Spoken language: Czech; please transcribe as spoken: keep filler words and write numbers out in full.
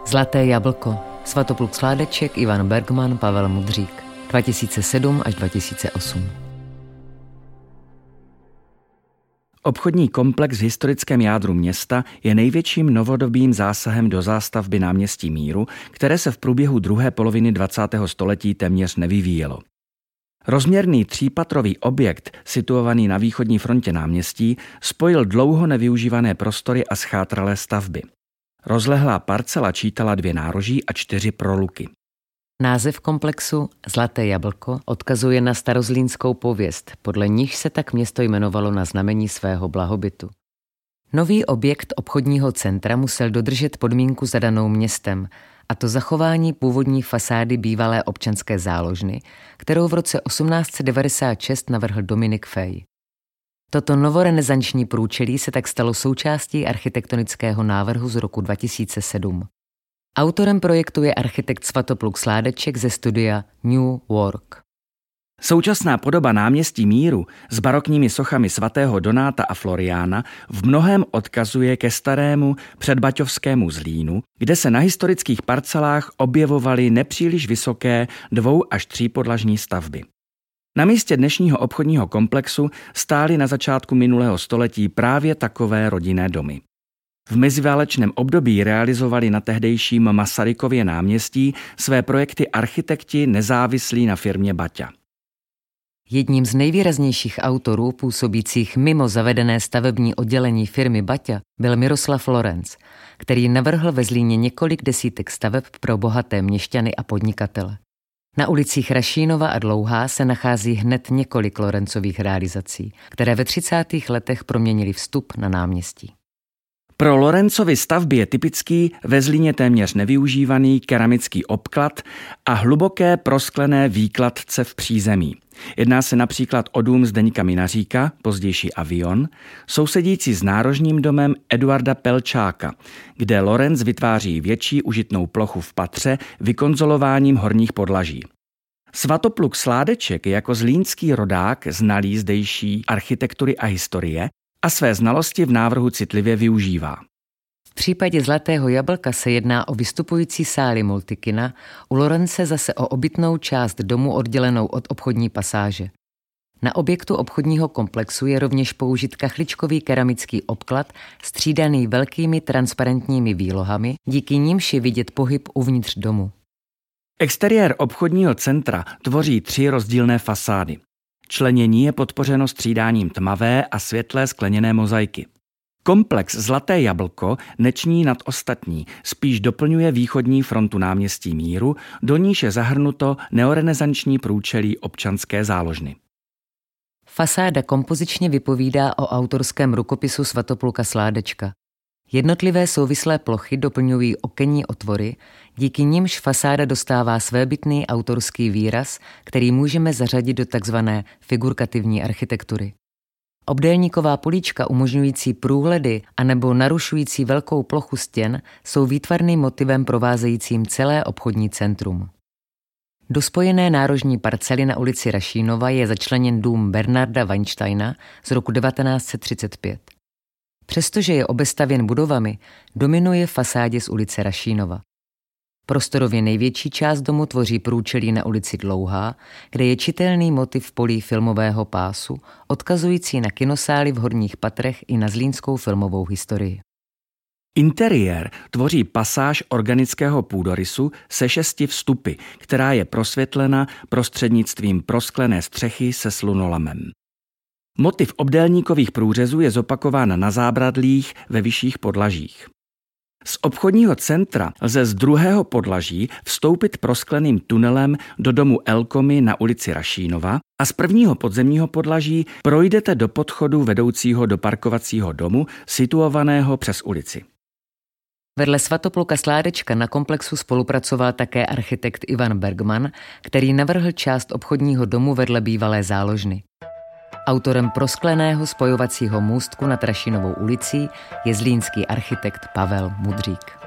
Zlaté jablko. Svatopluk Sládeček, Ivan Bergman, Pavel Mudřík. dva tisíce sedm až dva tisíce osm. Obchodní komplex v historickém jádru města je největším novodobým zásahem do zástavby náměstí Míru, které se v průběhu druhé poloviny dvacátého století téměř nevyvíjelo. Rozměrný třípatrový objekt, situovaný na východní frontě náměstí, spojil dlouho nevyužívané prostory a schátralé stavby. Rozlehlá parcela čítala dvě nároží a čtyři proluky. Název komplexu Zlaté jablko odkazuje na starozlínskou pověst, podle níž se tak město jmenovalo na znamení svého blahobytu. Nový objekt obchodního centra musel dodržet podmínku zadanou městem, a to zachování původní fasády bývalé občanské záložny, kterou v roce osmnáct set devadesát šest navrhl Dominik Fey. Toto novorenesanční průčelí se tak stalo součástí architektonického návrhu z roku dva tisíce sedm. Autorem projektu je architekt Svatopluk Sládeček ze studia New Work. Současná podoba náměstí Míru s barokními sochami svatého Donáta a Floriána v mnohém odkazuje ke starému předbaťovskému Zlínu, kde se na historických parcelách objevovaly nepříliš vysoké dvou až třípodlažní stavby. Na místě dnešního obchodního komplexu stály na začátku minulého století právě takové rodinné domy. V meziválečném období realizovali na tehdejším Masarykově náměstí své projekty architekti nezávislí na firmě Baťa. Jedním z nejvýraznějších autorů působících mimo zavedené stavební oddělení firmy Baťa byl Miroslav Lorenc, který navrhl ve Zlíně několik desítek staveb pro bohaté měšťany a podnikatele. Na ulicích Rašínova a Dlouhá se nachází hned několik Lorencových realizací, které ve třicátých letech proměnily vstup na náměstí. Pro Lorencovy stavby je typický ve Zlíně téměř nevyužívaný keramický obklad a hluboké prosklené výkladce v přízemí. Jedná se například o dům Zdeňka Minaříka, pozdější Avion, sousedící s nárožním domem Eduarda Pelčáka, kde Lorenc vytváří větší užitnou plochu v patře vykonzolováním horních podlaží. Svatopluk Sládeček je jako zlínský rodák znalý zdejší architektury a historie a své znalosti v návrhu citlivě využívá. V případě Zlatého jablka se jedná o vystupující sály multikina, u Lorence zase o obytnou část domu oddělenou od obchodní pasáže. Na objektu obchodního komplexu je rovněž použit kachličkový keramický obklad střídaný velkými transparentními výlohami, díky nímž je vidět pohyb uvnitř domu. Exteriér obchodního centra tvoří tři rozdílné fasády. Členění je podpořeno střídáním tmavé a světlé skleněné mozaiky. Komplex Zlaté jablko neční nad ostatní, spíš doplňuje východní frontu náměstí Míru, do níž je zahrnuto neorenesanční průčelí občanské záložny. Fasáda kompozičně vypovídá o autorském rukopisu Svatopluka Sládečka. Jednotlivé souvislé plochy doplňují okenní otvory, díky nimž fasáda dostává svébytný autorský výraz, který můžeme zařadit do takzvané figurkativní architektury. Obdélníková políčka umožňující průhledy anebo narušující velkou plochu stěn jsou výtvarným motivem provázejícím celé obchodní centrum. Do spojené nárožní parcely na ulici Rašínova je začleněn dům Bernarda Weinsteina z roku devatenáct set třicet pět. Přestože je obestavěn budovami, dominuje fasádě z ulice Rašínova. Prostorově největší část domu tvoří průčelí na ulici Dlouhá, kde je čitelný motiv polí filmového pásu, odkazující na kinosály v horních patrech i na zlínskou filmovou historii. Interiér tvoří pasáž organického půdorysu se šesti vstupy, která je prosvětlena prostřednictvím prosklené střechy se slunolamem. Motiv obdélníkových průřezů je zopakován na zábradlích ve vyšších podlažích. Z obchodního centra lze z druhého podlaží vstoupit proskleným tunelem do domu Elkomy na ulici Rašínova a z prvního podzemního podlaží projdete do podchodu vedoucího do parkovacího domu situovaného přes ulici. Vedle Svatopluka Sládečka na komplexu spolupracoval také architekt Ivan Bergman, který navrhl část obchodního domu vedle bývalé záložny. Autorem proskleného spojovacího můstku nad Rašínovou ulicí je zlínský architekt Pavel Mudřík.